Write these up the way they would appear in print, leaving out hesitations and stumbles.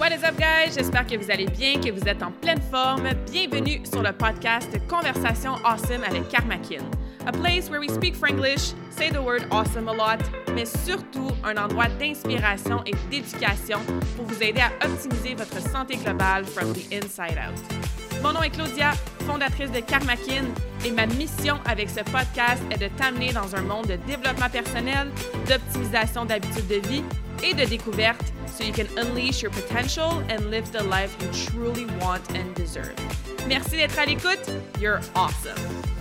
What is up, guys? J'espère que vous allez bien, que vous êtes en pleine forme. Bienvenue sur le podcast Conversation Awesome avec Karmakin. A place where we speak Franglish, say the word awesome a lot, mais surtout un endroit d'inspiration et d'éducation pour vous aider à optimiser votre santé globale from the inside out. Mon nom est Claudia, fondatrice de Karmakin, et ma mission avec ce podcast est de t'amener dans un monde de développement personnel, d'optimisation d'habitudes de vie et de découverte so you can unleash your potential and live the life you truly want and deserve. Merci d'être à l'écoute. You're awesome.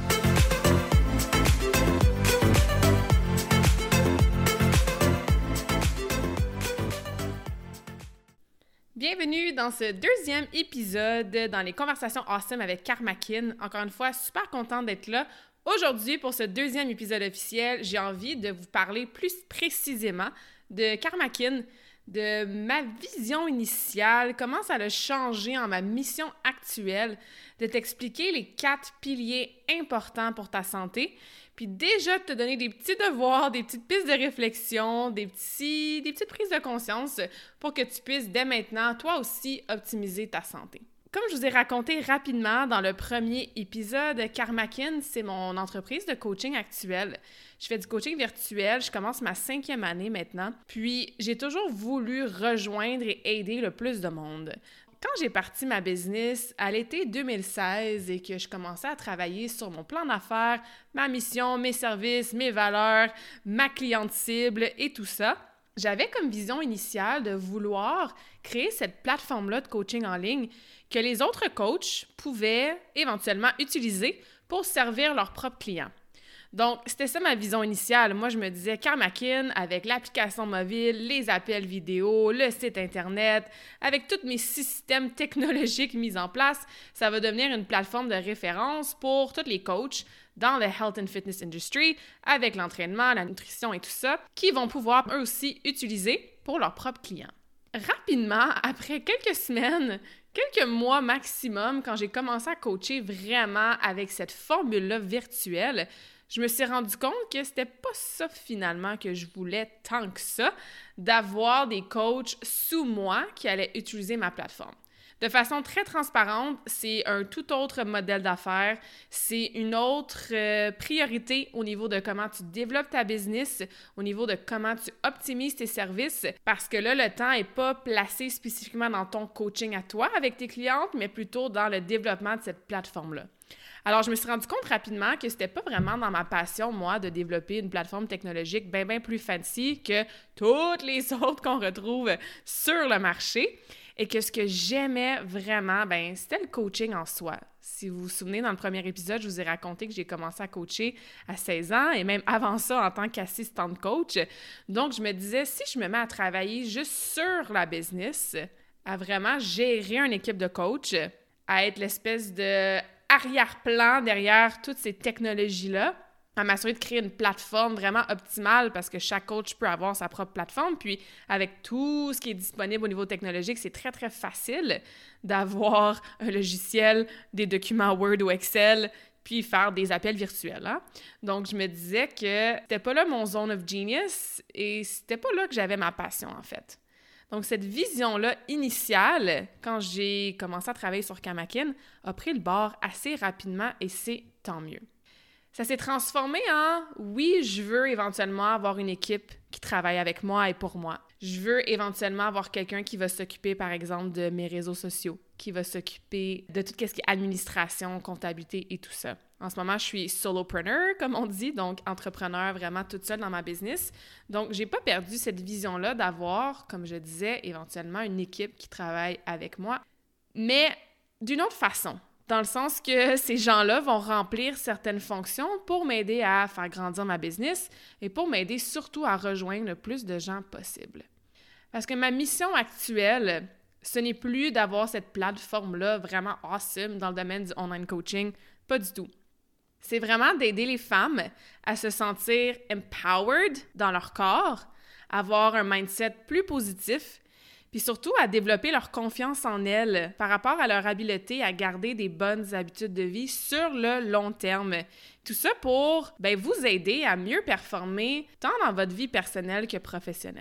Bienvenue dans ce deuxième épisode dans les Conversations Awesome avec Karmakin. Encore une fois, super contente d'être là. Aujourd'hui, pour ce deuxième épisode officiel, j'ai envie de vous parler plus précisément de Karmakin, de ma vision initiale, comment ça a changé en ma mission actuelle, de t'expliquer les 4 piliers importants pour ta santé, puis déjà de te donner des petits devoirs, des petites pistes de réflexion, des petites prises de conscience pour que tu puisses dès maintenant, toi aussi, optimiser ta santé. Comme je vous ai raconté rapidement dans le premier épisode, Karmakin, c'est mon entreprise de coaching actuelle. Je fais du coaching virtuel, je commence ma 5e année maintenant, puis j'ai toujours voulu rejoindre et aider le plus de monde. Quand j'ai parti ma business à l'été 2016 et que je commençais à travailler sur mon plan d'affaires, ma mission, mes services, mes valeurs, ma cliente cible et tout ça, j'avais comme vision initiale de vouloir créer cette plateforme-là de coaching en ligne que les autres coachs pouvaient éventuellement utiliser pour servir leurs propres clients. Donc, c'était ça ma vision initiale. Moi, je me disais, Karmakin, avec l'application mobile, les appels vidéo, le site Internet, avec tous mes systèmes technologiques mis en place, ça va devenir une plateforme de référence pour tous les coachs dans le health and fitness industry, avec l'entraînement, la nutrition et tout ça, qui vont pouvoir eux aussi utiliser pour leurs propres clients. Rapidement, après quelques semaines, quelques mois maximum, quand j'ai commencé à coacher vraiment avec cette formule-là virtuelle, je me suis rendu compte que c'était pas ça finalement que je voulais tant que ça, d'avoir des coachs sous moi qui allaient utiliser ma plateforme. De façon très transparente, c'est un tout autre modèle d'affaires, c'est une autre priorité au niveau de comment tu développes ta business, au niveau de comment tu optimises tes services, parce que là, le temps n'est pas placé spécifiquement dans ton coaching à toi avec tes clientes, mais plutôt dans le développement de cette plateforme-là. Alors, je me suis rendu compte rapidement que c'était pas vraiment dans ma passion, moi, de développer une plateforme technologique bien plus fancy que toutes les autres qu'on retrouve sur le marché. Et que ce que j'aimais vraiment, c'était le coaching en soi. Si vous vous souvenez, dans le premier épisode, je vous ai raconté que j'ai commencé à coacher à 16 ans et même avant ça en tant qu'assistante coach. Donc, je me disais, si je me mets à travailler juste sur la business, à vraiment gérer une équipe de coach, à être l'espèce de arrière-plan derrière toutes ces technologies-là, à m'assurer de créer une plateforme vraiment optimale parce que chaque coach peut avoir sa propre plateforme. Puis, avec tout ce qui est disponible au niveau technologique, c'est très, très facile d'avoir un logiciel, des documents Word ou Excel, puis faire des appels virtuels. Hein? Donc, je me disais que c'était pas là mon zone of genius et c'était pas là que j'avais ma passion, en fait. Donc, cette vision-là initiale, quand j'ai commencé à travailler sur Karmakin, a pris le bord assez rapidement et c'est tant mieux. Ça s'est transformé en « oui, je veux éventuellement avoir une équipe qui travaille avec moi et pour moi. Je veux éventuellement avoir quelqu'un qui va s'occuper, par exemple, de mes réseaux sociaux, qui va s'occuper de tout ce qui est administration, comptabilité et tout ça. En ce moment, je suis solopreneur, comme on dit, donc entrepreneur vraiment toute seule dans ma business. Donc, j'ai pas perdu cette vision-là d'avoir, comme je disais, éventuellement une équipe qui travaille avec moi, mais d'une autre façon. Dans le sens que ces gens-là vont remplir certaines fonctions pour m'aider à faire grandir ma business et pour m'aider surtout à rejoindre le plus de gens possible. Parce que ma mission actuelle, ce n'est plus d'avoir cette plateforme-là vraiment awesome dans le domaine du online coaching, pas du tout. C'est vraiment d'aider les femmes à se sentir empowered dans leur corps, avoir un mindset plus positif, puis surtout à développer leur confiance en elles par rapport à leur habileté à garder des bonnes habitudes de vie sur le long terme. Tout ça pour vous aider à mieux performer tant dans votre vie personnelle que professionnelle.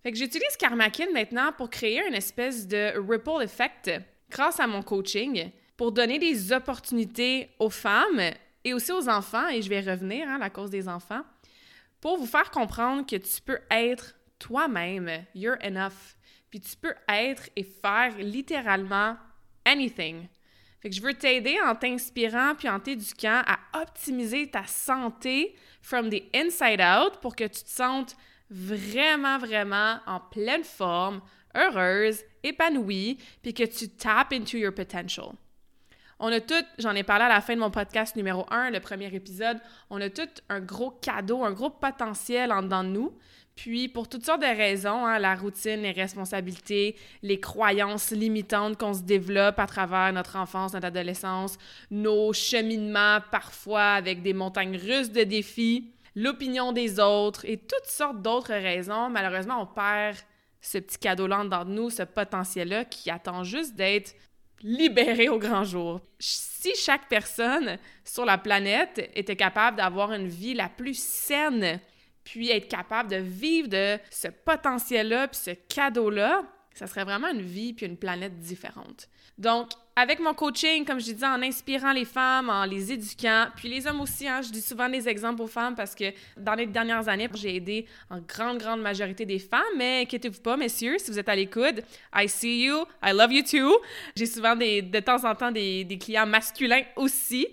Fait que j'utilise KarmaKin maintenant pour créer une espèce de ripple effect grâce à mon coaching pour donner des opportunités aux femmes et aussi aux enfants, et je vais revenir à la cause des enfants, pour vous faire comprendre que tu peux être toi-même, you're enough, puis tu peux être et faire littéralement anything. Fait que je veux t'aider en t'inspirant puis en t'éduquant à optimiser ta santé from the inside out pour que tu te sentes vraiment, vraiment en pleine forme, heureuse, épanouie, puis que tu tapes into your potential. On a tout, j'en ai parlé à la fin de mon podcast numéro 1, le premier épisode, on a tout un gros cadeau, un gros potentiel en dedans de nous. Puis, pour toutes sortes de raisons, la routine, les responsabilités, les croyances limitantes qu'on se développe à travers notre enfance, notre adolescence, nos cheminements parfois avec des montagnes russes de défis, l'opinion des autres et toutes sortes d'autres raisons, malheureusement, on perd ce petit cadeau-là en dedans de nous, ce potentiel-là qui attend juste d'être libéré au grand jour. Si chaque personne sur la planète était capable d'avoir une vie la plus saine, puis être capable de vivre de ce potentiel-là, puis ce cadeau-là, ça serait vraiment une vie puis une planète différente. Donc, avec mon coaching, comme je disais, en inspirant les femmes, en les éduquant, puis les hommes aussi, je dis souvent des exemples aux femmes parce que dans les dernières années, j'ai aidé en grande majorité des femmes, mais inquiétez-vous pas, messieurs, si vous êtes à l'écoute, I see you, I love you too. J'ai souvent de temps en temps des clients masculins aussi,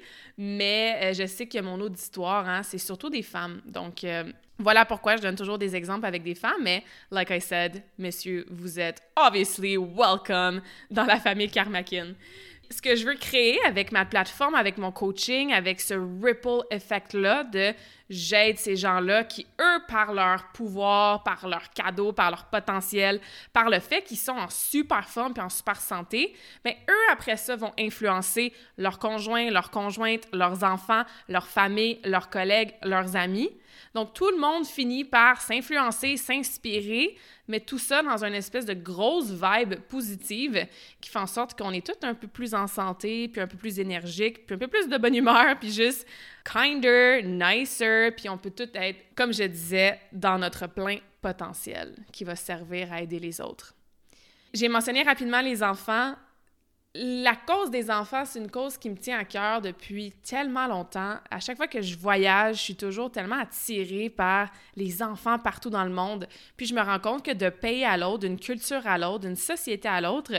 mais je sais que mon auditoire, c'est surtout des femmes. Donc, voilà pourquoi je donne toujours des exemples avec des femmes, mais like I said, messieurs, vous êtes obviously welcome dans la famille KarmaKin. Ce que je veux créer avec ma plateforme, avec mon coaching, avec ce ripple effect-là de j'aide ces gens-là qui, eux, par leur pouvoir, par leur cadeau, par leur potentiel, par le fait qu'ils sont en super forme puis en super santé, bien, eux, après ça, vont influencer leurs conjoints, leurs conjointes, leurs enfants, leur famille, leurs collègues, leurs amis. Donc, tout le monde finit par s'influencer, s'inspirer, mais tout ça dans une espèce de grosse vibe positive qui fait en sorte qu'on est tous un peu plus en santé, puis un peu plus énergique, puis un peu plus de bonne humeur, puis juste kinder, nicer, puis on peut tous être, comme je disais, dans notre plein potentiel qui va servir à aider les autres. J'ai mentionné rapidement les enfants. La cause des enfants, c'est une cause qui me tient à cœur depuis tellement longtemps. À chaque fois que je voyage, je suis toujours tellement attirée par les enfants partout dans le monde. Puis je me rends compte que de pays à l'autre, d'une culture à l'autre, d'une société à l'autre,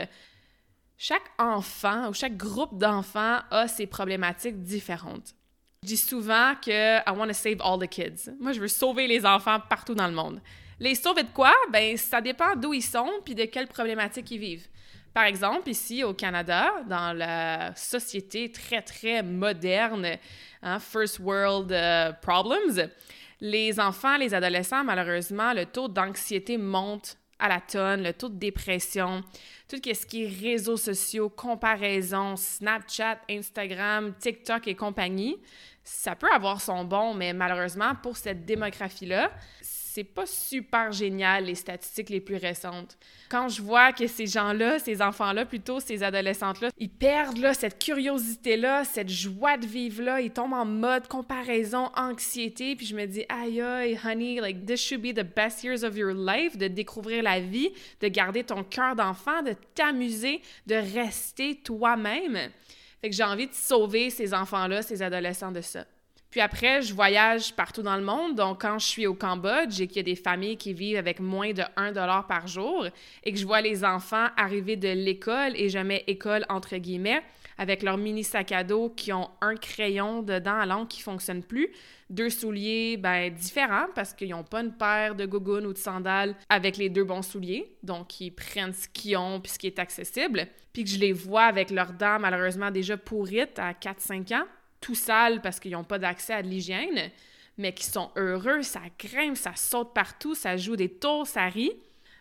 chaque enfant ou chaque groupe d'enfants a ses problématiques différentes. Je dis souvent que I want to save all the kids. Moi, je veux sauver les enfants partout dans le monde. Les sauver de quoi? Ben, ça dépend d'où ils sont puis de quelles problématiques ils vivent. Par exemple, ici au Canada, dans la société très moderne, first world problems, les enfants, les adolescents, malheureusement, le taux d'anxiété monte à la tonne, le taux de dépression, tout ce qui est réseaux sociaux, comparaison, Snapchat, Instagram, TikTok et compagnie, ça peut avoir son bon, mais malheureusement, pour cette démographie-là, c'est pas super génial, les statistiques les plus récentes. Quand je vois que ces gens-là, ces enfants-là, plutôt ces adolescentes-là, ils perdent là, cette curiosité-là, cette joie de vivre-là, ils tombent en mode comparaison, anxiété, puis je me dis « Aïe, honey, like this should be the best years of your life », de découvrir la vie, de garder ton cœur d'enfant, de t'amuser, de rester toi-même. Fait que j'ai envie de sauver ces enfants-là, ces adolescents de ça. Puis après, je voyage partout dans le monde. Donc, quand je suis au Cambodge et qu'il y a des familles qui vivent avec moins de 1 $ par jour et que je vois les enfants arriver de l'école, et je mets « école » entre guillemets, avec leur mini sac à dos qui ont un crayon dedans à l'encre qui ne fonctionne plus, 2 souliers différents parce qu'ils n'ont pas une paire de gougounes ou de sandales avec les 2 bons souliers. Donc, ils prennent ce qu'ils ont puis ce qui est accessible. Puis que je les vois avec leurs dents malheureusement déjà pourrites à 4-5 ans, tout sales parce qu'ils n'ont pas d'accès à de l'hygiène, mais qui sont heureux, ça grimpe, ça saute partout, ça joue des tours, ça rit.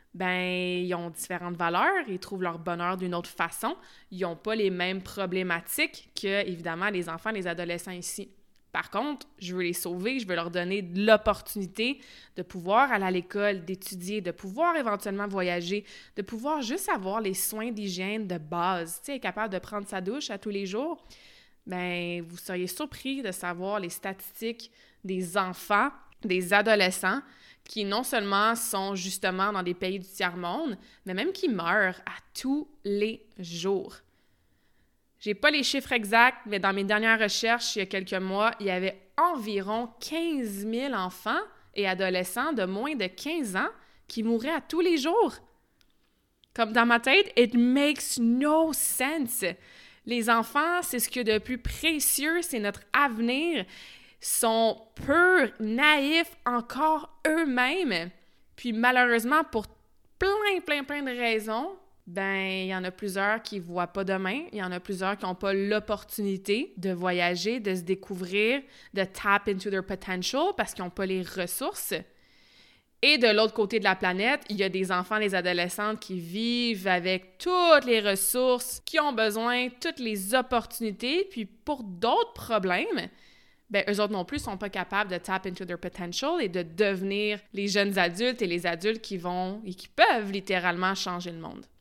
Ben, ils ont différentes valeurs, ils trouvent leur bonheur d'une autre façon. Ils n'ont pas les mêmes problématiques que, évidemment, les enfants, les adolescents ici. Par contre, je veux les sauver, je veux leur donner de l'opportunité de pouvoir aller à l'école, d'étudier, de pouvoir éventuellement voyager, de pouvoir juste avoir les soins d'hygiène de base, tu sais, être capable de prendre sa douche à tous les jours. Bien, vous seriez surpris de savoir les statistiques des enfants, des adolescents qui non seulement sont justement dans des pays du tiers-monde, mais même qui meurent à tous les jours. J'ai pas les chiffres exacts, mais dans mes dernières recherches, il y a quelques mois, il y avait environ 15 000 enfants et adolescents de moins de 15 ans qui mouraient à tous les jours. Comme dans ma tête, it makes no sense. Les enfants, c'est ce qu'il y a de plus précieux, c'est notre avenir. Ils sont purs, naïfs, encore eux-mêmes. Puis malheureusement, pour plein de raisons, il y en a plusieurs qui ne voient pas demain. Il y en a plusieurs qui n'ont pas l'opportunité de voyager, de se découvrir, de tap into their potential parce qu'ils n'ont pas les ressources. Et de l'autre côté de la planète, il y a des enfants, des adolescentes qui vivent avec toutes les ressources, qui ont besoin, toutes les opportunités, puis pour d'autres problèmes, eux autres non plus sont pas capables de tap into their potential et de devenir les jeunes adultes et les adultes qui vont et qui peuvent littéralement changer le monde.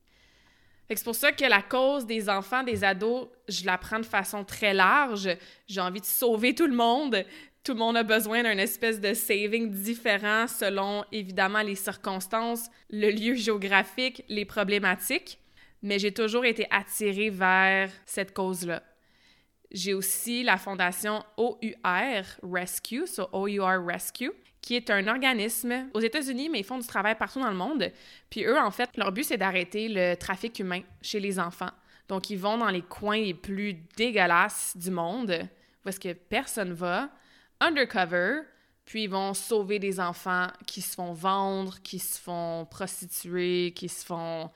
C'est pour ça que la cause des enfants, des ados, je la prends de façon très large. J'ai envie de sauver tout le monde. Tout le monde a besoin d'un espèce de saving différent selon, évidemment, les circonstances, le lieu géographique, les problématiques. Mais j'ai toujours été attirée vers cette cause-là. J'ai aussi la fondation OUR Rescue, OUR Rescue, qui est un organisme aux États-Unis, mais ils font du travail partout dans le monde. Puis eux, en fait, leur but, c'est d'arrêter le trafic humain chez les enfants. Donc, ils vont dans les coins les plus dégueulasses du monde, où est-ce que personne va, undercover, puis ils vont sauver des enfants qui se font vendre, qui se font prostituer, qui se font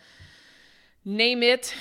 name it,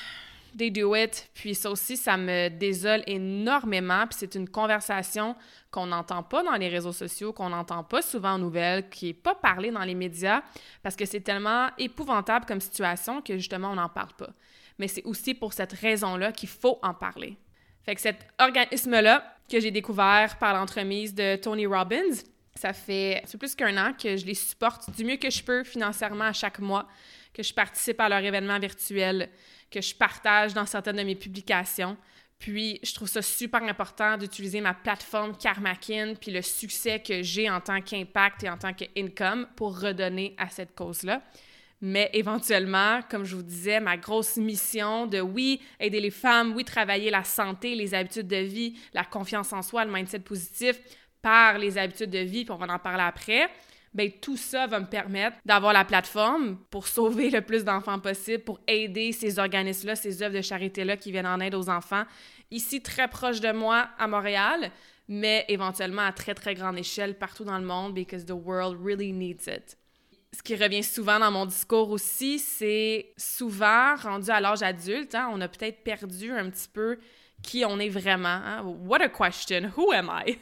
they do it. Puis ça aussi, ça me désole énormément, puis c'est une conversation qu'on n'entend pas dans les réseaux sociaux, qu'on n'entend pas souvent en nouvelles, qui n'est pas parlée dans les médias, parce que c'est tellement épouvantable comme situation que justement, on n'en parle pas. Mais c'est aussi pour cette raison-là qu'il faut en parler. Fait que cet organisme-là, que j'ai découvert par l'entremise de Tony Robbins, ça fait plus qu'1 an que je les supporte du mieux que je peux financièrement à chaque mois, que je participe à leurs événements virtuels, que je partage dans certaines de mes publications. Puis, je trouve ça super important d'utiliser ma plateforme Karmakin puis le succès que j'ai en tant qu'impact et en tant qu'income pour redonner à cette cause-là. Mais éventuellement, comme je vous disais, ma grosse mission de, oui, aider les femmes, oui, travailler la santé, les habitudes de vie, la confiance en soi, le mindset positif par les habitudes de vie, puis on va en parler après, tout ça va me permettre d'avoir la plateforme pour sauver le plus d'enfants possible, pour aider ces organismes-là, ces œuvres de charité-là qui viennent en aide aux enfants, ici très proche de moi, à Montréal, mais éventuellement à très, très grande échelle partout dans le monde, because the world really needs it. Ce qui revient souvent dans mon discours aussi, c'est souvent, rendu à l'âge adulte, on a peut-être perdu un petit peu qui on est vraiment. What a question! Who am I?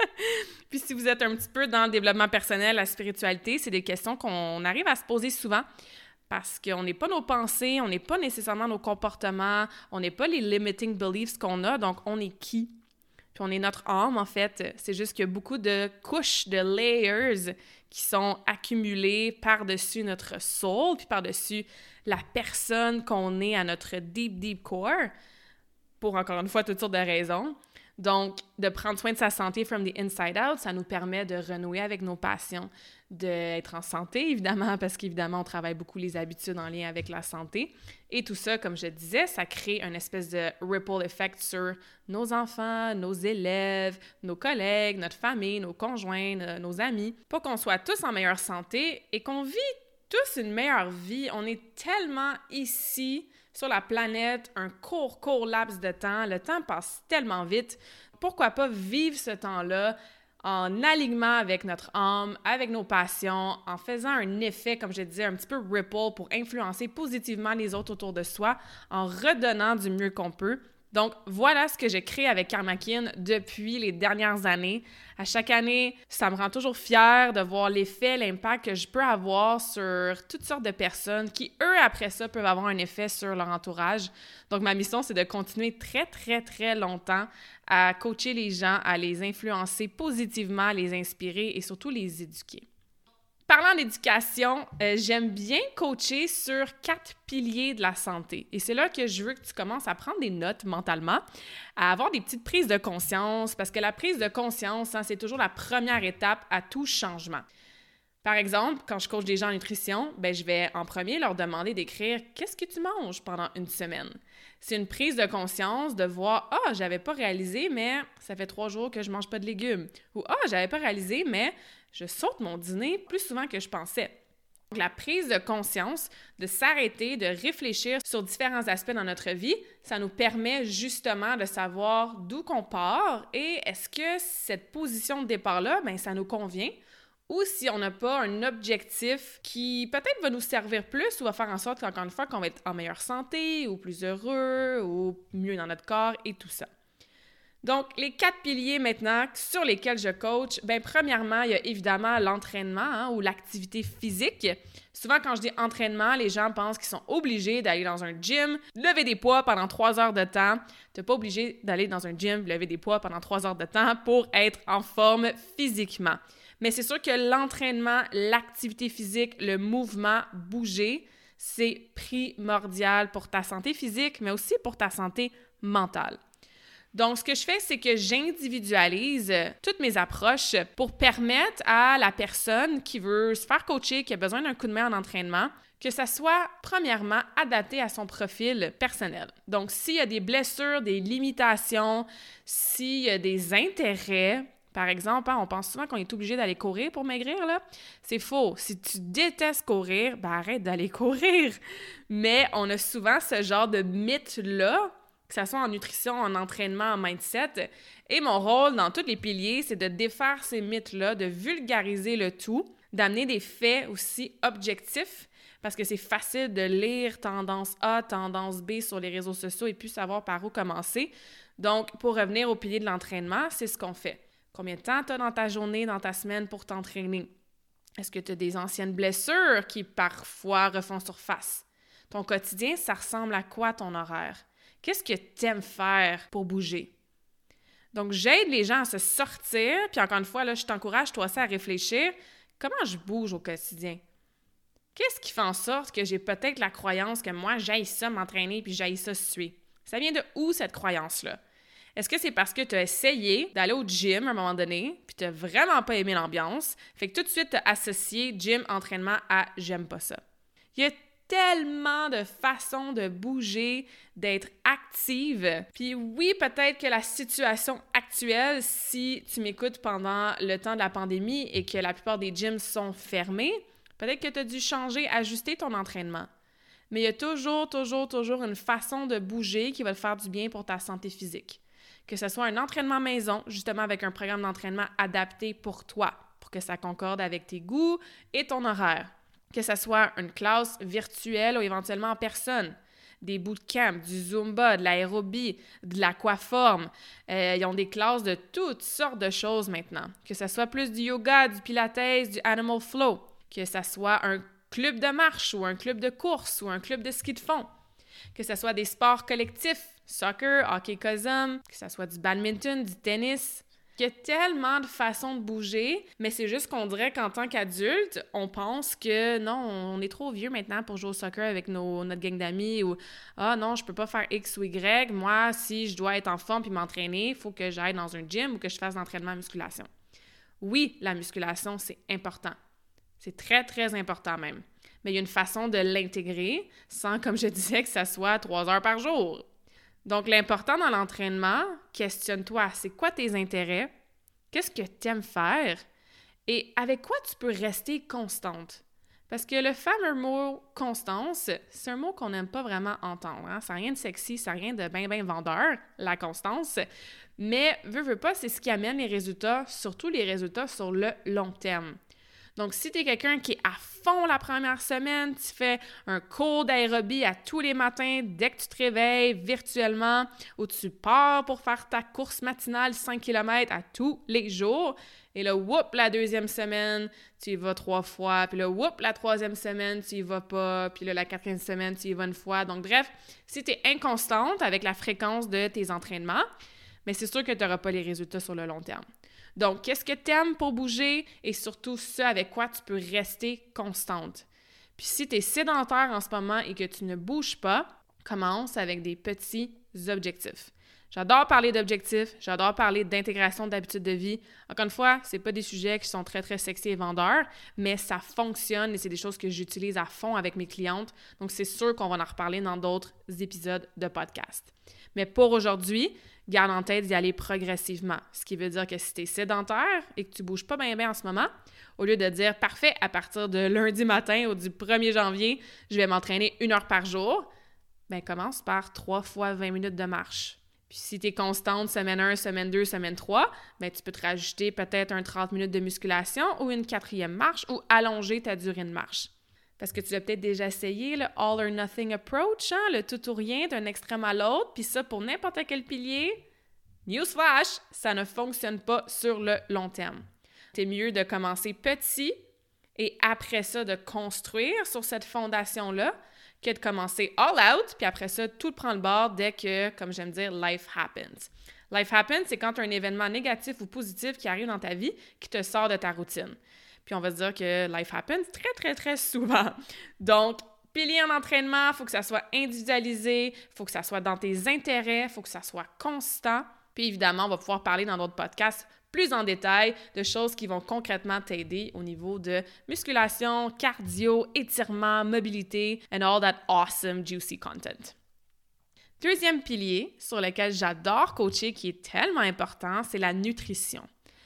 Puis si vous êtes un petit peu dans le développement personnel, la spiritualité, c'est des questions qu'on arrive à se poser souvent parce qu'on n'est pas nos pensées, on n'est pas nécessairement nos comportements, on n'est pas les limiting beliefs qu'on a, donc on est qui? Puis on est notre âme, en fait. C'est juste qu'il y a beaucoup de couches, de layers qui sont accumulées par-dessus notre soul, puis par-dessus la personne qu'on est à notre deep core, pour, encore une fois, toutes sortes de raisons. Donc, de prendre soin de sa santé from the inside out, ça nous permet de renouer avec nos passions, d'être en santé, évidemment, parce qu'évidemment, on travaille beaucoup les habitudes en lien avec la santé. Et tout ça, comme je disais, ça crée une espèce de ripple effect sur nos enfants, nos élèves, nos collègues, notre famille, nos conjoints, nos amis, pour qu'on soit tous en meilleure santé et qu'on vit tous une meilleure vie. On est tellement ici sur la planète, un court laps de temps. Le temps passe tellement vite. Pourquoi pas vivre ce temps-là en alignement avec notre âme, avec nos passions, en faisant un effet, comme je disais, un petit peu ripple pour influencer positivement les autres autour de soi, en redonnant du mieux qu'on peut. Donc, voilà ce que j'ai créé avec Karmakin depuis les dernières années. À chaque année, ça me rend toujours fière de voir l'effet, l'impact que je peux avoir sur toutes sortes de personnes qui, eux, après ça, peuvent avoir un effet sur leur entourage. Donc, ma mission, c'est de continuer très longtemps à coacher les gens, à les influencer positivement, à les inspirer et surtout les éduquer. Parlant d'éducation, j'aime bien coacher sur 4 piliers de la santé. Et c'est là que je veux que tu commences à prendre des notes mentalement, à avoir des petites prises de conscience, parce que la prise de conscience, c'est toujours la première étape à tout changement. Par exemple, quand je coach des gens en nutrition, je vais en premier leur demander d'écrire « Qu'est-ce que tu manges pendant une semaine? » C'est une prise de conscience de voir « Ah, j'avais pas réalisé, mais ça fait 3 jours que je mange pas de légumes. » Ou « Ah, j'avais pas réalisé, mais je saute mon dîner plus souvent que je pensais. » Donc, la prise de conscience, de s'arrêter, de réfléchir sur différents aspects dans notre vie, ça nous permet justement de savoir d'où qu'on part et est-ce que cette position de départ-là, ça nous convient ou si on n'a pas un objectif qui peut-être va nous servir plus ou va faire en sorte qu'encore une fois, qu'on va être en meilleure santé ou plus heureux ou mieux dans notre corps et tout ça. Donc, les 4 piliers maintenant sur lesquels je coach, premièrement, il y a évidemment l'entraînement ou l'activité physique. Souvent, quand je dis entraînement, les gens pensent qu'ils sont obligés d'aller dans un gym, lever des poids pendant 3 heures de temps. Tu n'es pas obligé d'aller dans un gym, lever des poids pendant 3 heures de temps pour être en forme physiquement. Mais c'est sûr que l'entraînement, l'activité physique, le mouvement, bouger, c'est primordial pour ta santé physique, mais aussi pour ta santé mentale. Donc, ce que je fais, c'est que j'individualise toutes mes approches pour permettre à la personne qui veut se faire coacher, qui a besoin d'un coup de main en entraînement, que ça soit, premièrement, adapté à son profil personnel. Donc, s'il y a des blessures, des limitations, s'il y a des intérêts, par exemple, on pense souvent qu'on est obligé d'aller courir pour maigrir, là. C'est faux. Si tu détestes courir, arrête d'aller courir. Mais on a souvent ce genre de mythe-là, que ce soit en nutrition, en entraînement, en mindset. Et mon rôle dans tous les piliers, c'est de défaire ces mythes-là, de vulgariser le tout, d'amener des faits aussi objectifs, parce que c'est facile de lire tendance A, tendance B sur les réseaux sociaux et puis savoir par où commencer. Donc, pour revenir au pilier de l'entraînement, c'est ce qu'on fait. Combien de temps tu as dans ta journée, dans ta semaine pour t'entraîner? Est-ce que tu as des anciennes blessures qui parfois refont surface? Ton quotidien, ça ressemble à quoi ton horaire? Qu'est-ce que tu aimes faire pour bouger? Donc, j'aide les gens à se sortir, puis encore une fois, là, je t'encourage toi aussi à réfléchir. Comment je bouge au quotidien? Qu'est-ce qui fait en sorte que j'ai peut-être la croyance que moi, j'haïs ça m'entraîner puis j'haïs ça suer? Ça vient de où cette croyance-là? Est-ce que c'est parce que tu as essayé d'aller au gym à un moment donné puis tu n'as vraiment pas aimé l'ambiance? Fait que tout de suite, tu as associé gym, entraînement à « j'aime pas ça ». Il y a tellement de façons de bouger, d'être active. Puis oui, peut-être que la situation actuelle, si tu m'écoutes pendant le temps de la pandémie et que la plupart des gyms sont fermés, peut-être que tu as dû changer, ajuster ton entraînement. Mais il y a toujours une façon de bouger qui va te faire du bien pour ta santé physique. Que ce soit un entraînement maison, justement avec un programme d'entraînement adapté pour toi, pour que ça concorde avec tes goûts et ton horaire. Que ce soit une classe virtuelle ou éventuellement en personne, des bootcamps, du Zumba, de l'aérobie, de l'aquaforme. Ils ont des classes de toutes sortes de choses maintenant. Que ce soit plus du yoga, du pilates, du animal flow. Que ce soit un club de marche ou un club de course ou un club de ski de fond. Que ce soit des sports collectifs, soccer, hockey cosum, que ce soit du badminton, du tennis. Il y a tellement de façons de bouger, mais c'est juste qu'on dirait qu'en tant qu'adulte, on pense que non, on est trop vieux maintenant pour jouer au soccer avec notre gang d'amis ou « Ah non, je peux pas faire X ou Y, moi, si je dois être en forme puis m'entraîner, il faut que j'aille dans un gym ou que je fasse d'entraînement à musculation. » Oui, la musculation, c'est important. C'est très, très important même. Mais il y a une façon de l'intégrer sans, comme je disais, que ça soit 3 heures par jour. Donc, l'important dans l'entraînement, questionne-toi, c'est quoi tes intérêts? Qu'est-ce que tu aimes faire? Et avec quoi tu peux rester constante? Parce que le fameux mot « constance », c'est un mot qu'on n'aime pas vraiment entendre. Hein? Ça n'a rien de sexy, ça n'a rien de bien vendeur, la constance. Mais, veux pas, c'est ce qui amène les résultats, surtout les résultats sur le long terme. Donc, si tu es quelqu'un qui est à fond la première semaine, tu fais un cours d'aérobie à tous les matins dès que tu te réveilles virtuellement ou tu pars pour faire ta course matinale 5 km à tous les jours et là, whoop, la deuxième semaine, tu y vas 3 fois, puis là, whoop, la troisième semaine, tu y vas pas, puis là, la quatrième semaine, tu y vas 1 fois. Donc, bref, si tu es inconstante avec la fréquence de tes entraînements, mais c'est sûr que tu n'auras pas les résultats sur le long terme. Donc, qu'est-ce que tu aimes pour bouger et surtout ce avec quoi tu peux rester constante. Puis si tu es sédentaire en ce moment et que tu ne bouges pas, commence avec des petits objectifs. J'adore parler d'objectifs, j'adore parler d'intégration d'habitudes de vie. Encore une fois, c'est pas des sujets qui sont très, très sexy et vendeurs, mais ça fonctionne et c'est des choses que j'utilise à fond avec mes clientes. Donc, c'est sûr qu'on va en reparler dans d'autres épisodes de podcast. Mais pour aujourd'hui, garde en tête d'y aller progressivement. Ce qui veut dire que si tu es sédentaire et que tu bouges pas bien en ce moment, au lieu de dire « Parfait, à partir de lundi matin ou du 1er janvier, je vais m'entraîner 1 heure par jour », bien, commence par 3 fois 20 minutes de marche. Puis si tu es constante semaine 1, semaine 2, semaine 3, bien, tu peux te rajouter peut-être un 30 minutes de musculation ou une 4e marche ou allonger ta durée de marche. Parce que tu l'as peut-être déjà essayé, le all or nothing approach, hein? Le tout ou rien d'un extrême à l'autre, puis ça pour n'importe quel pilier. Newsflash, ça ne fonctionne pas sur le long terme. C'est mieux de commencer petit et après ça de construire sur cette fondation-là que de commencer all out, puis après ça, tout prend le bord dès que, comme j'aime dire, life happens. Life happens, c'est quand tu as un événement négatif ou positif qui arrive dans ta vie qui te sort de ta routine. Puis on va se dire que life happens très, très, très souvent. Donc, pilier en entraînement, il faut que ça soit individualisé, il faut que ça soit dans tes intérêts, il faut que ça soit constant. Puis évidemment, on va pouvoir parler dans d'autres podcasts plus en détail de choses qui vont concrètement t'aider au niveau de musculation, cardio, étirement, mobilité, and all that awesome, juicy content. Deuxième pilier sur lequel j'adore coacher, qui est tellement important, c'est la nutrition.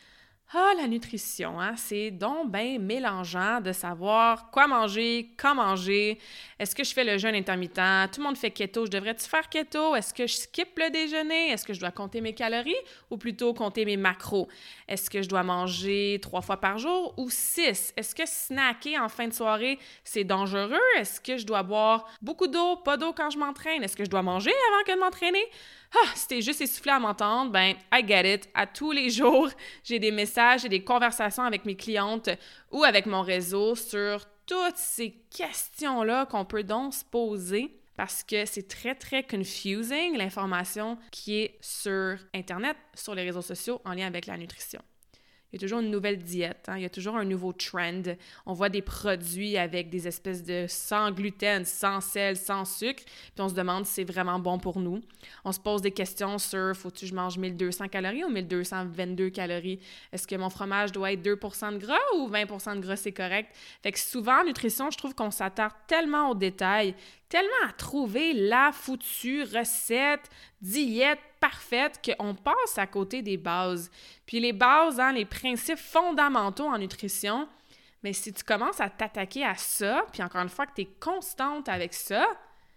Ah, la nutrition, hein? C'est donc bien mélangeant de savoir quoi manger, quand manger. Est-ce que je fais le jeûne intermittent? Tout le monde fait keto. Je devrais-tu faire keto? Est-ce que je skip le déjeuner? Est-ce que je dois compter mes calories ou plutôt compter mes macros? Est-ce que je dois manger 3 fois par jour ou 6? Est-ce que snacker en fin de soirée, c'est dangereux? Est-ce que je dois boire beaucoup d'eau, pas d'eau quand je m'entraîne? Est-ce que je dois manger avant que de m'entraîner? Ah, si t'es juste essoufflé à m'entendre, ben, I get it. À tous les jours, j'ai des messages et des conversations avec mes clientes ou avec mon réseau sur toutes ces questions-là qu'on peut donc se poser parce que c'est très, très confusing, l'information qui est sur Internet, sur les réseaux sociaux en lien avec la nutrition. Il y a toujours une nouvelle diète, hein? Il y a toujours un nouveau trend. On voit des produits avec des espèces de sans gluten, sans sel, sans sucre, puis on se demande si c'est vraiment bon pour nous. On se pose des questions sur faut-tu que je mange 1200 calories ou 1222 calories? Est-ce que mon fromage doit être 2% de gras ou 20% de gras, c'est correct? Fait que souvent, en nutrition, je trouve qu'on s'attarde tellement aux détails, tellement à trouver la foutue recette, diète parfaite qu'on passe à côté des bases. Puis les bases, hein, les principes fondamentaux en nutrition, mais si tu commences à t'attaquer à ça, puis encore une fois que tu es constante avec ça,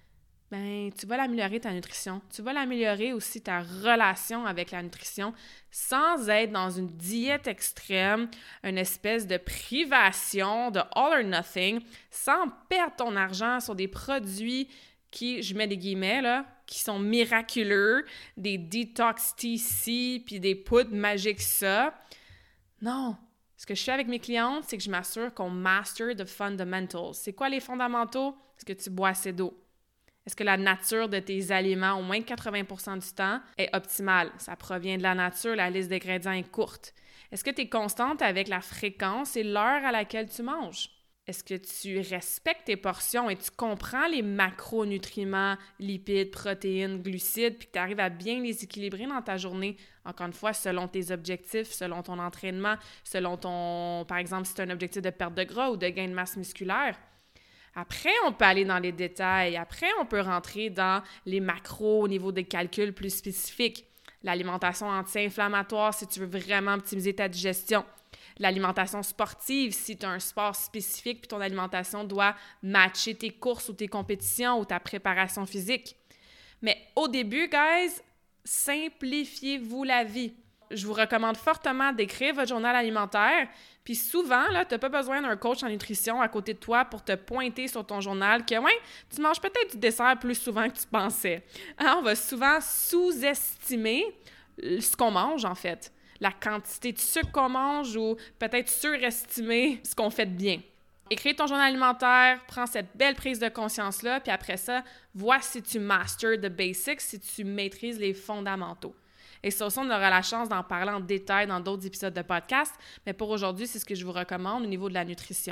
ben tu vas l'améliorer ta nutrition. Tu vas l'améliorer aussi ta relation avec la nutrition sans être dans une diète extrême, une espèce de privation, de all or nothing, sans perdre ton argent sur des produits qui, je mets des guillemets là, qui sont miraculeux, des detox TC, puis des poudres magiques ça. Non! Ce que je fais avec mes clientes, c'est que je m'assure qu'on master the fundamentals. C'est quoi les fondamentaux? Est-ce que tu bois assez d'eau? Est-ce que la nature de tes aliments, au moins 80% du temps, est optimale? Ça provient de la nature, la liste d'ingrédients est courte. Est-ce que tu es constante avec la fréquence et l'heure à laquelle tu manges? Est-ce que tu respectes tes portions et tu comprends les macronutriments, lipides, protéines, glucides, puis que tu arrives à bien les équilibrer dans ta journée, encore une fois, selon tes objectifs, selon ton entraînement, selon ton, par exemple, si tu as un objectif de perte de gras ou de gain de masse musculaire? Après, on peut aller dans les détails. Après, on peut rentrer dans les macros au niveau des calculs plus spécifiques. L'alimentation anti-inflammatoire si tu veux vraiment optimiser ta digestion. L'alimentation sportive, si tu as un sport spécifique puis ton alimentation doit matcher tes courses ou tes compétitions ou ta préparation physique. Mais au début, guys, simplifiez-vous la vie. Je vous recommande fortement d'écrire votre journal alimentaire. Puis souvent, là, tu n'as pas besoin d'un coach en nutrition à côté de toi pour te pointer sur ton journal que, ouais, tu manges peut-être du dessert plus souvent que tu pensais. Hein? On va souvent sous-estimer ce qu'on mange, en fait. La quantité de sucre qu'on mange ou peut-être surestimer ce qu'on fait de bien. Écris ton journal alimentaire, prends cette belle prise de conscience-là, puis après ça, vois si tu master the basics, si tu maîtrises les fondamentaux. Et ça aussi, on aura la chance d'en parler en détail dans d'autres épisodes de podcast, mais pour aujourd'hui, c'est ce que je vous recommande au niveau de la nutrition.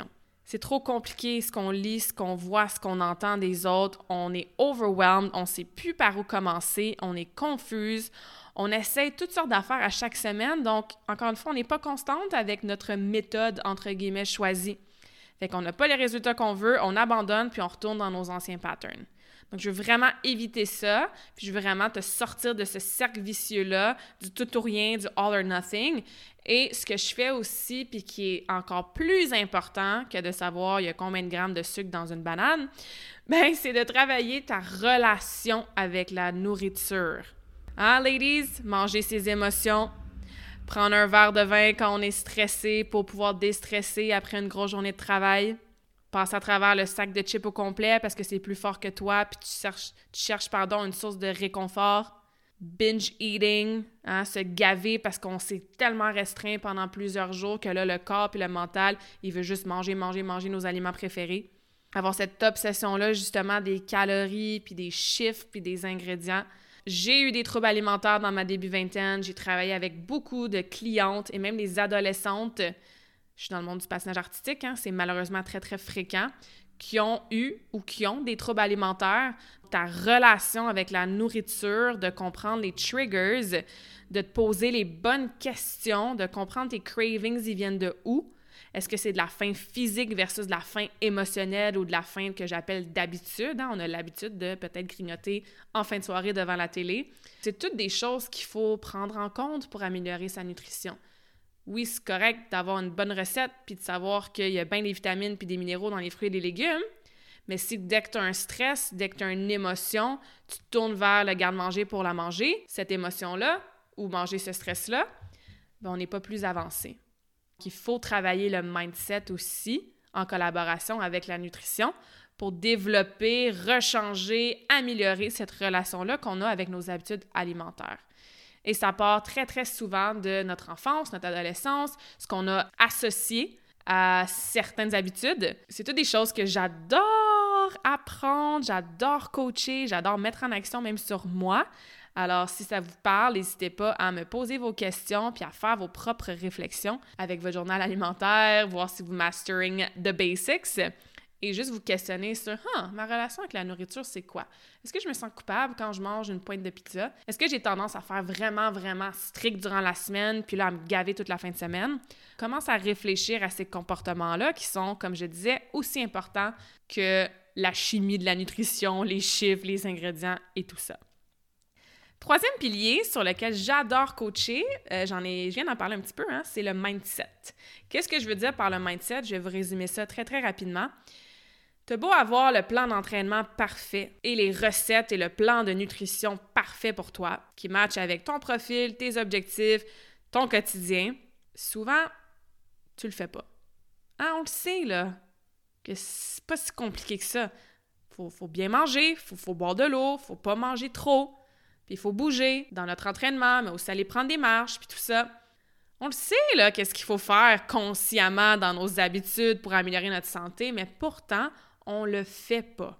C'est trop compliqué ce qu'on lit, ce qu'on voit, ce qu'on entend des autres. On est overwhelmed, on ne sait plus par où commencer, on est confuse. On essaie toutes sortes d'affaires à chaque semaine. Donc, encore une fois, on n'est pas constante avec notre méthode, entre guillemets, choisie. Fait qu'on n'a pas les résultats qu'on veut, on abandonne, puis on retourne dans nos anciens patterns. Donc, je veux vraiment éviter ça, puis je veux vraiment te sortir de ce cercle vicieux-là, du tout ou rien, du all or nothing. Et ce que je fais aussi, puis qui est encore plus important que de savoir il y a combien de grammes de sucre dans une banane, ben c'est de travailler ta relation avec la nourriture. Hein, ladies? Manger ses émotions, prendre un verre de vin quand on est stressé pour pouvoir déstresser après une grosse journée de travail. Passer à travers le sac de chips au complet parce que c'est plus fort que toi puis tu cherches une source de réconfort. Binge eating, hein, se gaver parce qu'on s'est tellement restreint pendant plusieurs jours que là, le corps puis le mental, il veut juste manger nos aliments préférés. Avoir cette obsession-là, justement, des calories puis des chiffres puis des ingrédients. J'ai eu des troubles alimentaires dans ma début vingtaine. J'ai travaillé avec beaucoup de clientes et même des adolescentes. Je suis dans le monde du patinage artistique, hein, c'est malheureusement très, très fréquent, qui ont eu ou qui ont des troubles alimentaires. Ta relation avec la nourriture, de comprendre les triggers, de te poser les bonnes questions, de comprendre tes cravings, ils viennent de où? Est-ce que c'est de la faim physique versus de la faim émotionnelle ou de la faim que j'appelle d'habitude? Hein? On a l'habitude de peut-être grignoter en fin de soirée devant la télé. C'est toutes des choses qu'il faut prendre en compte pour améliorer sa nutrition. Oui, c'est correct d'avoir une bonne recette puis de savoir qu'il y a bien des vitamines puis des minéraux dans les fruits et les légumes, mais si dès que tu as un stress, dès que tu as une émotion, tu te tournes vers le garde-manger pour la manger, cette émotion-là, ou manger ce stress-là, bien, on n'est pas plus avancé. Donc, il faut travailler le mindset aussi en collaboration avec la nutrition pour développer, rechanger, améliorer cette relation-là qu'on a avec nos habitudes alimentaires. Et ça part très, très souvent de notre enfance, notre adolescence, ce qu'on a associé à certaines habitudes. C'est toutes des choses que j'adore apprendre, j'adore coacher, j'adore mettre en action même sur moi. Alors, si ça vous parle, n'hésitez pas à me poser vos questions puis à faire vos propres réflexions avec votre journal alimentaire, voir si vous mastering the basics. Et juste vous questionner sur « ma relation avec la nourriture, c'est quoi? Est-ce que je me sens coupable quand je mange une pointe de pizza? Est-ce que j'ai tendance à faire vraiment, vraiment strict durant la semaine puis là, à me gaver toute la fin de semaine? » Commence à réfléchir à ces comportements-là qui sont, comme je disais, aussi importants que la chimie de la nutrition, les chiffres, les ingrédients et tout ça. Troisième pilier sur lequel j'adore coacher, je viens d'en parler un petit peu, hein, c'est le mindset. Qu'est-ce que je veux dire par le mindset? Je vais vous résumer ça très, très rapidement. T'as beau avoir le plan d'entraînement parfait et les recettes et le plan de nutrition parfait pour toi, qui matchent avec ton profil, tes objectifs, ton quotidien, souvent, tu le fais pas. Hein, on le sait, là, que c'est pas si compliqué que ça. Faut bien manger, faut boire de l'eau, faut pas manger trop, puis il faut bouger dans notre entraînement, mais aussi aller prendre des marches, puis tout ça. On le sait, là, qu'est-ce qu'il faut faire consciemment dans nos habitudes pour améliorer notre santé, mais pourtant, on le fait pas.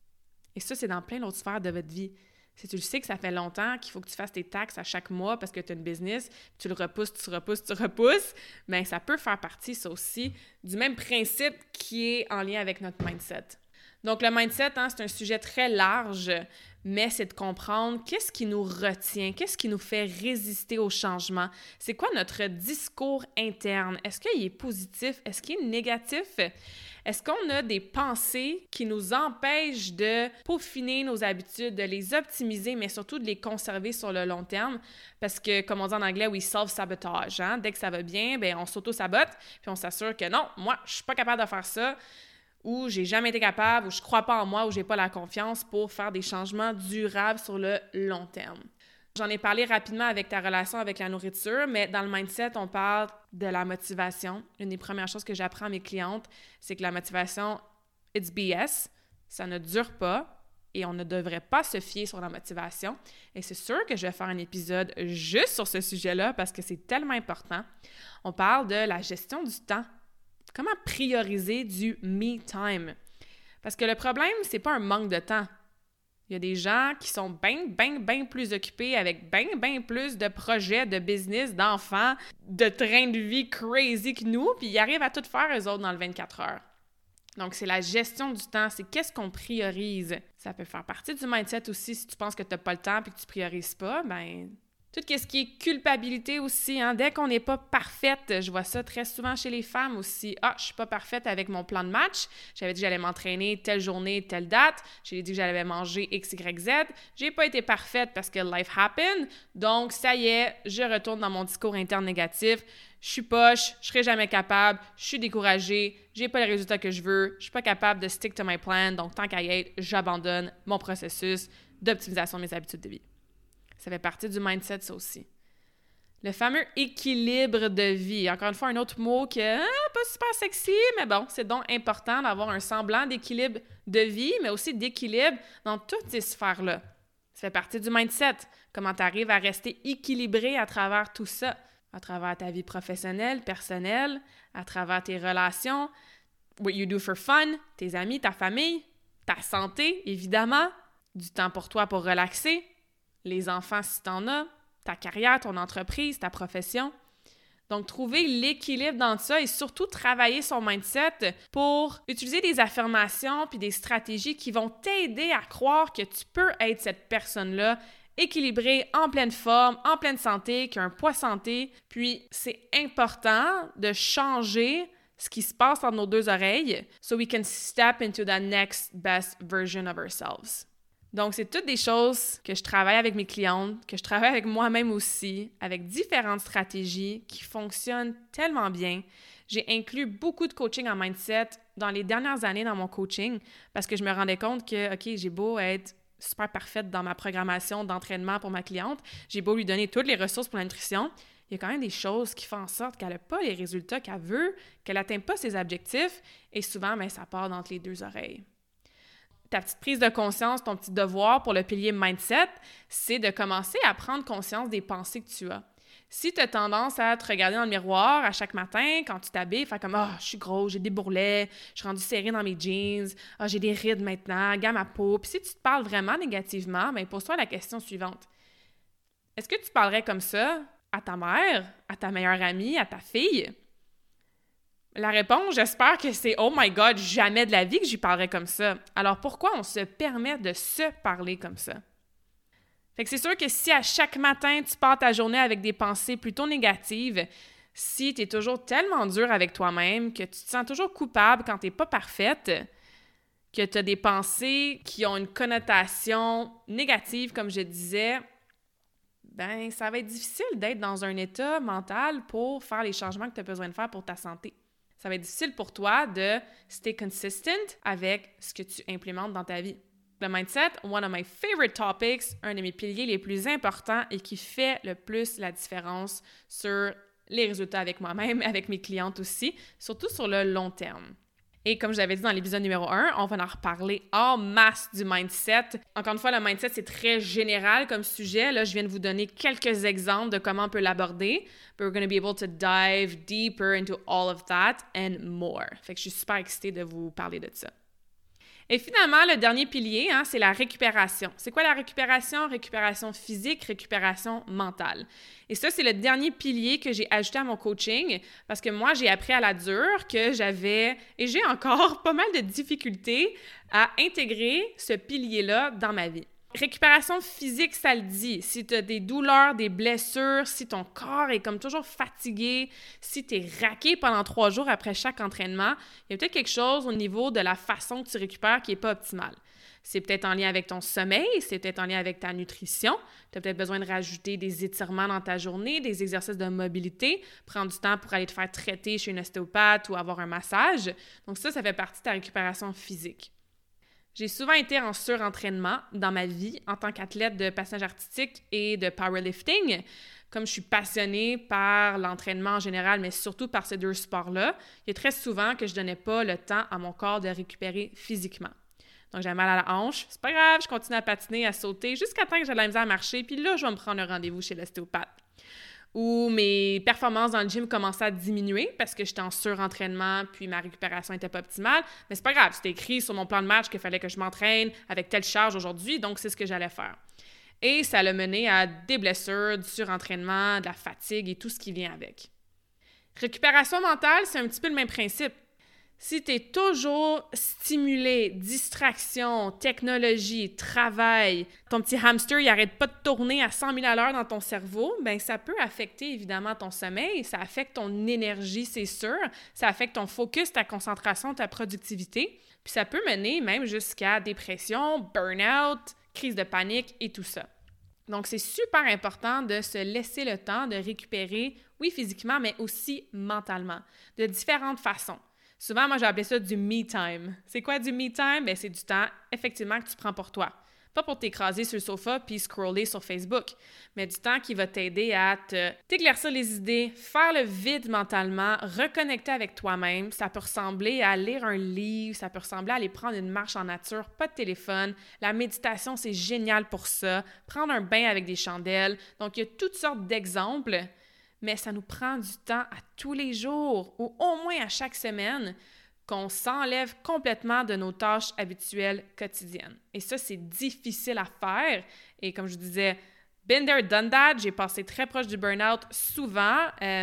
Et ça, c'est dans plein d'autres sphères de votre vie. Si tu le sais que ça fait longtemps qu'il faut que tu fasses tes taxes à chaque mois parce que tu as une business, tu le repousses, bien, ça peut faire partie, ça aussi, du même principe qui est en lien avec notre mindset. Donc, le mindset, hein, c'est un sujet très large, mais c'est de comprendre qu'est-ce qui nous retient, qu'est-ce qui nous fait résister au changement. C'est quoi notre discours interne? Est-ce qu'il est positif? Est-ce qu'il est négatif? Est-ce qu'on a des pensées qui nous empêchent de peaufiner nos habitudes, de les optimiser, mais surtout de les conserver sur le long terme? Parce que, comme on dit en anglais, we self-sabotage. Hein? Dès que ça va bien, bien, on s'auto-sabote, puis on s'assure que non, moi, je suis pas capable de faire ça, ou j'ai jamais été capable, ou je crois pas en moi, ou j'ai pas la confiance pour faire des changements durables sur le long terme. J'en ai parlé rapidement avec ta relation avec la nourriture, mais dans le mindset, on parle de la motivation. Une des premières choses que j'apprends à mes clientes, c'est que la motivation, it's BS, ça ne dure pas et on ne devrait pas se fier sur la motivation. Et c'est sûr que je vais faire un épisode juste sur ce sujet-là parce que c'est tellement important. On parle de la gestion du temps. Comment prioriser du me time? Parce que le problème, c'est pas un manque de temps. Il y a des gens qui sont bien plus occupés avec bien plus de projets, de business, d'enfants, de train de vie crazy que nous, puis ils arrivent à tout faire, eux autres, dans le 24 heures. Donc, c'est la gestion du temps, c'est qu'est-ce qu'on priorise. Ça peut faire partie du mindset aussi. Si tu penses que tu n'as pas le temps et que tu priorises pas, ben tout ce qui est culpabilité aussi, hein. Dès qu'on n'est pas parfaite, je vois ça très souvent chez les femmes aussi. Ah, je suis pas parfaite avec mon plan de match. J'avais dit que j'allais m'entraîner telle journée, telle date. J'ai dit que j'allais manger X, Y, Z. J'ai pas été parfaite parce que life happened. Donc, ça y est, je retourne dans mon discours interne négatif. Je suis poche, je serai jamais capable, je suis découragée, j'ai pas les résultats que je veux, je suis pas capable de stick to my plan. Donc, tant qu'à y être, j'abandonne mon processus d'optimisation de mes habitudes de vie. Ça fait partie du mindset, ça aussi. Le fameux équilibre de vie. Encore une fois, un autre mot qui est pas super sexy, mais bon, c'est donc important d'avoir un semblant d'équilibre de vie, mais aussi d'équilibre dans toutes ces sphères-là. Ça fait partie du mindset. Comment tu arrives à rester équilibré à travers tout ça, à travers ta vie professionnelle, personnelle, à travers tes relations, what you do for fun, tes amis, ta famille, ta santé, évidemment, du temps pour toi pour relaxer, les enfants si t'en as, ta carrière, ton entreprise, ta profession. Donc, trouver l'équilibre dans ça et surtout travailler son mindset pour utiliser des affirmations puis des stratégies qui vont t'aider à croire que tu peux être cette personne-là équilibrée, en pleine forme, en pleine santé, qui a un poids santé. Puis, c'est important de changer ce qui se passe entre nos deux oreilles so we can step into that next best version of ourselves. Donc, c'est toutes des choses que je travaille avec mes clientes, que je travaille avec moi-même aussi, avec différentes stratégies qui fonctionnent tellement bien. J'ai inclus beaucoup de coaching en mindset dans les dernières années dans mon coaching parce que je me rendais compte que, OK, j'ai beau être super parfaite dans ma programmation d'entraînement pour ma cliente, j'ai beau lui donner toutes les ressources pour la nutrition, il y a quand même des choses qui font en sorte qu'elle n'a pas les résultats qu'elle veut, qu'elle n'atteint pas ses objectifs et souvent, bien, ça part d'entre les deux oreilles. Ta petite prise de conscience, ton petit devoir pour le pilier mindset, c'est de commencer à prendre conscience des pensées que tu as. Si tu as tendance à te regarder dans le miroir à chaque matin, quand tu t'habilles, faire comme « Ah, je suis grosse, j'ai des bourrelets, je suis rendue serrée dans mes jeans, ah, j'ai des rides maintenant, regarde ma peau. » Puis si tu te parles vraiment négativement, bien, pose-toi la question suivante. Est-ce que tu parlerais comme ça à ta mère, à ta meilleure amie, à ta fille? La réponse, j'espère que c'est « Oh my God, jamais de la vie que j'y parlerais comme ça. » Alors pourquoi on se permet de se parler comme ça? Fait que c'est sûr que si à chaque matin, tu pars ta journée avec des pensées plutôt négatives, si tu es toujours tellement dur avec toi-même, que tu te sens toujours coupable quand tu n'es pas parfaite, que tu as des pensées qui ont une connotation négative, comme je disais, ben ça va être difficile d'être dans un état mental pour faire les changements que tu as besoin de faire pour ta santé. Ça va être difficile pour toi de stay consistent avec ce que tu implémentes dans ta vie. Le mindset, one of my favorite topics, un de mes piliers les plus importants et qui fait le plus la différence sur les résultats avec moi-même, avec mes clientes aussi, surtout sur le long terme. Et comme je l'avais dit dans l'épisode numéro 1, on va en reparler en masse du mindset. Encore une fois, le mindset, c'est très général comme sujet. Là, je viens de vous donner quelques exemples de comment on peut l'aborder. But we're going to be able to dive deeper into all of that and more. Fait que je suis super excitée de vous parler de ça. Et finalement, le dernier pilier, c'est la récupération. C'est quoi la récupération? Récupération physique, récupération mentale. Et ça, c'est le dernier pilier que j'ai ajouté à mon coaching parce que moi, j'ai appris à la dure que j'avais, et j'ai encore pas mal de difficultés à intégrer ce pilier-là dans ma vie. Récupération physique, ça le dit. Si tu as des douleurs, des blessures, si ton corps est comme toujours fatigué, si tu es raqué pendant 3 jours après chaque entraînement, il y a peut-être quelque chose au niveau de la façon que tu récupères qui n'est pas optimale. C'est peut-être en lien avec ton sommeil, c'est peut-être en lien avec ta nutrition. Tu as peut-être besoin de rajouter des étirements dans ta journée, des exercices de mobilité, prendre du temps pour aller te faire traiter chez une ostéopathe ou avoir un massage. Donc ça fait partie de ta récupération physique. J'ai souvent été en surentraînement dans ma vie en tant qu'athlète de patinage artistique et de powerlifting. Comme je suis passionnée par l'entraînement en général, mais surtout par ces 2 sports-là, il y a très souvent que je ne donnais pas le temps à mon corps de récupérer physiquement. Donc, j'avais mal à la hanche. C'est pas grave, je continue à patiner, à sauter jusqu'à temps que j'ai de la misère à marcher. Puis là, je vais me prendre un rendez-vous chez l'ostéopathe. Où mes performances dans le gym commençaient à diminuer parce que j'étais en surentraînement puis ma récupération n'était pas optimale. Mais c'est pas grave, c'était écrit sur mon plan de match qu'il fallait que je m'entraîne avec telle charge aujourd'hui, donc c'est ce que j'allais faire. Et ça l'a mené à des blessures, du surentraînement, de la fatigue et tout ce qui vient avec. Récupération mentale, c'est un petit peu le même principe. Si tu es toujours stimulé, distraction, technologie, travail, ton petit hamster, il n'arrête pas de tourner à 100 000 à l'heure dans ton cerveau, bien, ça peut affecter évidemment ton sommeil, ça affecte ton énergie, c'est sûr, ça affecte ton focus, ta concentration, ta productivité, puis ça peut mener même jusqu'à dépression, burn-out, crise de panique et tout ça. Donc, c'est super important de se laisser le temps de récupérer, oui, physiquement, mais aussi mentalement, de différentes façons. Souvent, moi, j'ai appelé ça du me time. C'est quoi du me time? Bien, c'est du temps, effectivement, que tu prends pour toi. Pas pour t'écraser sur le sofa puis scroller sur Facebook, mais du temps qui va t'aider à t'éclaircir les idées, faire le vide mentalement, reconnecter avec toi-même. Ça peut ressembler à lire un livre, ça peut ressembler à aller prendre une marche en nature, pas de téléphone. La méditation, c'est génial pour ça. Prendre un bain avec des chandelles. Donc, il y a toutes sortes d'exemples. Mais ça nous prend du temps à tous les jours ou au moins à chaque semaine qu'on s'enlève complètement de nos tâches habituelles quotidiennes. Et ça, c'est difficile à faire. Et comme je vous disais, been there, done that, j'ai passé très proche du burn-out souvent.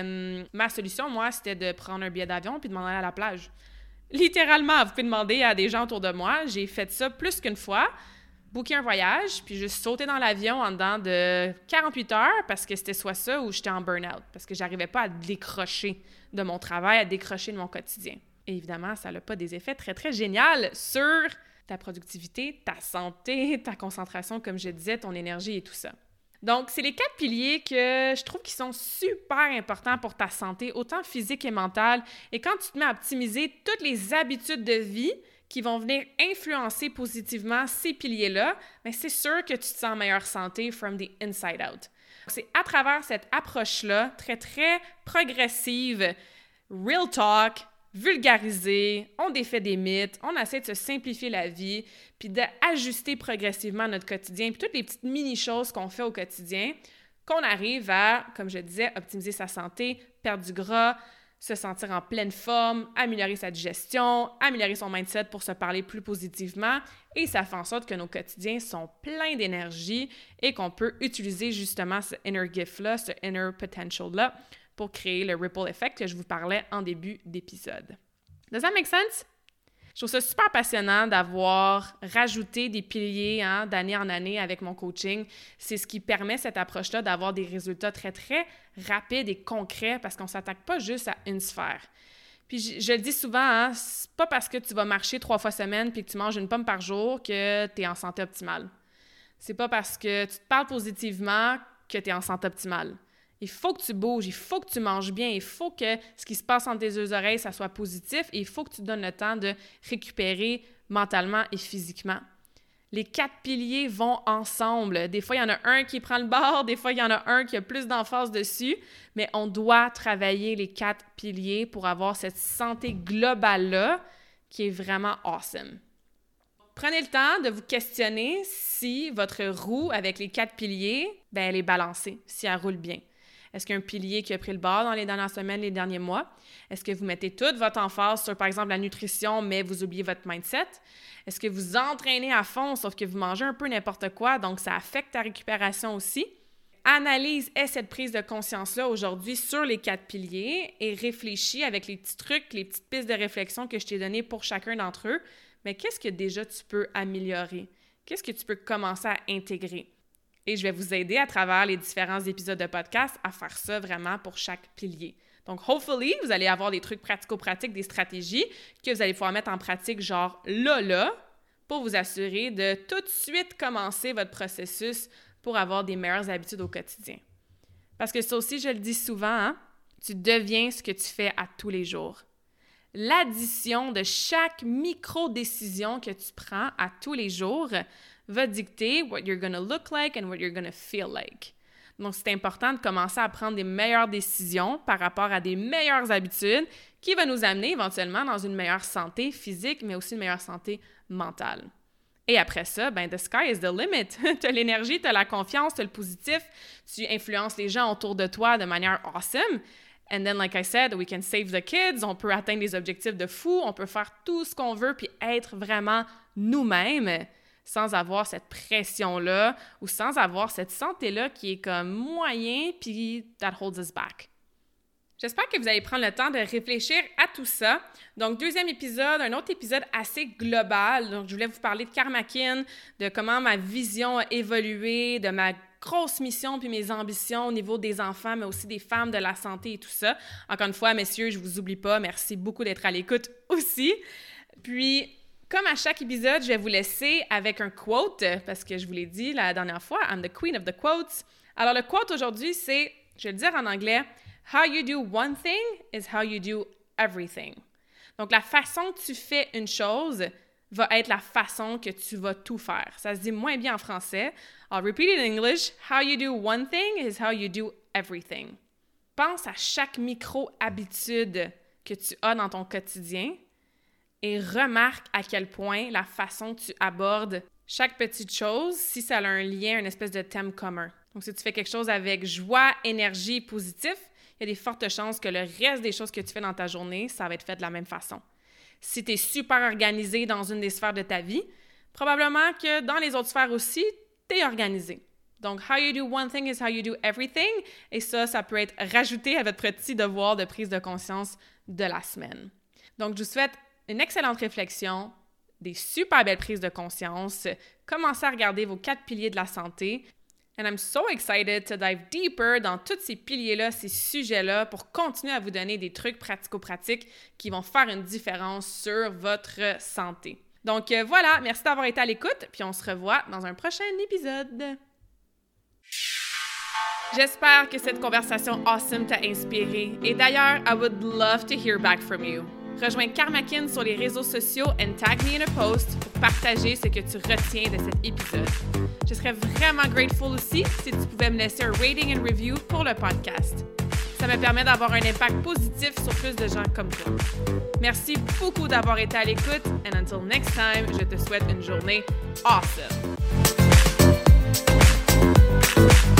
Ma solution, moi, c'était de prendre un billet d'avion puis de m'en aller à la plage. Littéralement, vous pouvez demander à des gens autour de moi, j'ai fait ça plus qu'une fois. Booker un voyage, puis juste sauter dans l'avion en dedans de 48 heures parce que c'était soit ça ou j'étais en burn-out, parce que j'arrivais pas à décrocher de mon travail, à décrocher de mon quotidien. Et évidemment, ça n'a pas des effets très, très géniaux sur ta productivité, ta santé, ta concentration, comme je disais, ton énergie et tout ça. Donc, c'est les 4 piliers que je trouve qui sont super importants pour ta santé, autant physique et mentale. Et quand tu te mets à optimiser toutes les habitudes de vie qui vont venir influencer positivement ces piliers-là, bien, c'est sûr que tu te sens en meilleure santé from the inside out. C'est à travers cette approche-là, très, très progressive, real talk, vulgarisée, on défait des mythes, on essaie de se simplifier la vie, puis d'ajuster progressivement notre quotidien, puis toutes les petites mini-choses qu'on fait au quotidien, qu'on arrive à, comme je disais, optimiser sa santé, perdre du gras, se sentir en pleine forme, améliorer sa digestion, améliorer son mindset pour se parler plus positivement et ça fait en sorte que nos quotidiens sont pleins d'énergie et qu'on peut utiliser justement ce inner gift-là, ce inner potential-là pour créer le ripple effect que je vous parlais en début d'épisode. Does that make sense? Je trouve ça super passionnant d'avoir rajouté des piliers d'année en année avec mon coaching. C'est ce qui permet cette approche-là d'avoir des résultats très, très rapides et concrets parce qu'on ne s'attaque pas juste à une sphère. Puis je le dis souvent, c'est pas parce que tu vas marcher 3 fois semaine puis que tu manges une pomme par jour que tu es en santé optimale. C'est pas parce que tu te parles positivement que tu es en santé optimale. Il faut que tu bouges, il faut que tu manges bien, il faut que ce qui se passe entre tes deux oreilles, ça soit positif et il faut que tu te donnes le temps de récupérer mentalement et physiquement. Les 4 piliers vont ensemble. Des fois, il y en a un qui prend le bord, des fois, il y en a un qui a plus d'emphase dessus, mais on doit travailler les 4 piliers pour avoir cette santé globale-là qui est vraiment awesome. Prenez le temps de vous questionner si votre roue avec les 4 piliers, bien, elle est balancée, si elle roule bien. Est-ce qu'il y a un pilier qui a pris le bord dans les dernières semaines, les derniers mois? Est-ce que vous mettez toute votre emphase sur, par exemple, la nutrition, mais vous oubliez votre mindset? Est-ce que vous entraînez à fond, sauf que vous mangez un peu n'importe quoi, donc ça affecte ta récupération aussi? Analyse cette prise de conscience-là aujourd'hui sur les 4 piliers et réfléchis avec les petits trucs, les petites pistes de réflexion que je t'ai données pour chacun d'entre eux. Mais qu'est-ce que déjà tu peux améliorer? Qu'est-ce que tu peux commencer à intégrer? Et je vais vous aider à travers les différents épisodes de podcast à faire ça vraiment pour chaque pilier. Donc, hopefully, vous allez avoir des trucs pratico-pratiques, des stratégies que vous allez pouvoir mettre en pratique genre là, pour vous assurer de tout de suite commencer votre processus pour avoir des meilleures habitudes au quotidien. Parce que ça aussi, je le dis souvent, tu deviens ce que tu fais à tous les jours. L'addition de chaque micro-décision que tu prends à tous les jours va dicter what you're going to look like and what you're going to feel like. Donc, c'est important de commencer à prendre des meilleures décisions par rapport à des meilleures habitudes qui vont nous amener éventuellement dans une meilleure santé physique, mais aussi une meilleure santé mentale. Et après ça, ben, the sky is the limit. Tu as l'énergie, tu as la confiance, tu as le positif, tu influences les gens autour de toi de manière awesome. And then, like I said, we can save the kids, on peut atteindre des objectifs de fou, on peut faire tout ce qu'on veut puis être vraiment nous-mêmes sans avoir cette pression-là ou sans avoir cette santé-là qui est comme moyen puis that holds us back. J'espère que vous allez prendre le temps de réfléchir à tout ça. Donc, deuxième épisode, un autre épisode assez global. Donc, je voulais vous parler de Karmakin, de comment ma vision a évolué, de ma grosse mission puis mes ambitions au niveau des enfants, mais aussi des femmes, de la santé et tout ça. Encore une fois, messieurs, je vous oublie pas. Merci beaucoup d'être à l'écoute aussi. Puis, comme à chaque épisode, je vais vous laisser avec un quote, parce que je vous l'ai dit la dernière fois, I'm the queen of the quotes. Alors, le quote aujourd'hui, c'est, je vais le dire en anglais, « How you do one thing is how you do everything ». Donc, la façon que tu fais une chose va être la façon que tu vas tout faire. Ça se dit moins bien en français. I'll repeat it in English. « How you do one thing is how you do everything ». Pense à chaque micro-habitude que tu as dans ton quotidien et remarque à quel point la façon que tu abordes chaque petite chose, si ça a un lien, une espèce de thème commun. Donc, si tu fais quelque chose avec joie, énergie, positif, il y a des fortes chances que le reste des choses que tu fais dans ta journée, ça va être fait de la même façon. Si tu es super organisé dans une des sphères de ta vie, probablement que dans les autres sphères aussi, tu es organisé. Donc, how you do one thing is how you do everything. Et ça peut être rajouté à votre petit devoir de prise de conscience de la semaine. Donc, je vous souhaite une excellente réflexion, des super belles prises de conscience. Commencez à regarder vos 4 piliers de la santé. And I'm so excited to dive deeper dans tous ces piliers-là, ces sujets-là, pour continuer à vous donner des trucs pratico-pratiques qui vont faire une différence sur votre santé. Donc voilà, merci d'avoir été à l'écoute, puis on se revoit dans un prochain épisode. J'espère que cette conversation awesome t'a inspiré. Et d'ailleurs, I would love to hear back from you. Rejoins Karmakin sur les réseaux sociaux and tag me in a post pour partager ce que tu retiens de cet épisode. Je serais vraiment grateful aussi si tu pouvais me laisser un rating and review pour le podcast. Ça me permet d'avoir un impact positif sur plus de gens comme toi. Merci beaucoup d'avoir été à l'écoute and until next time, je te souhaite une journée awesome!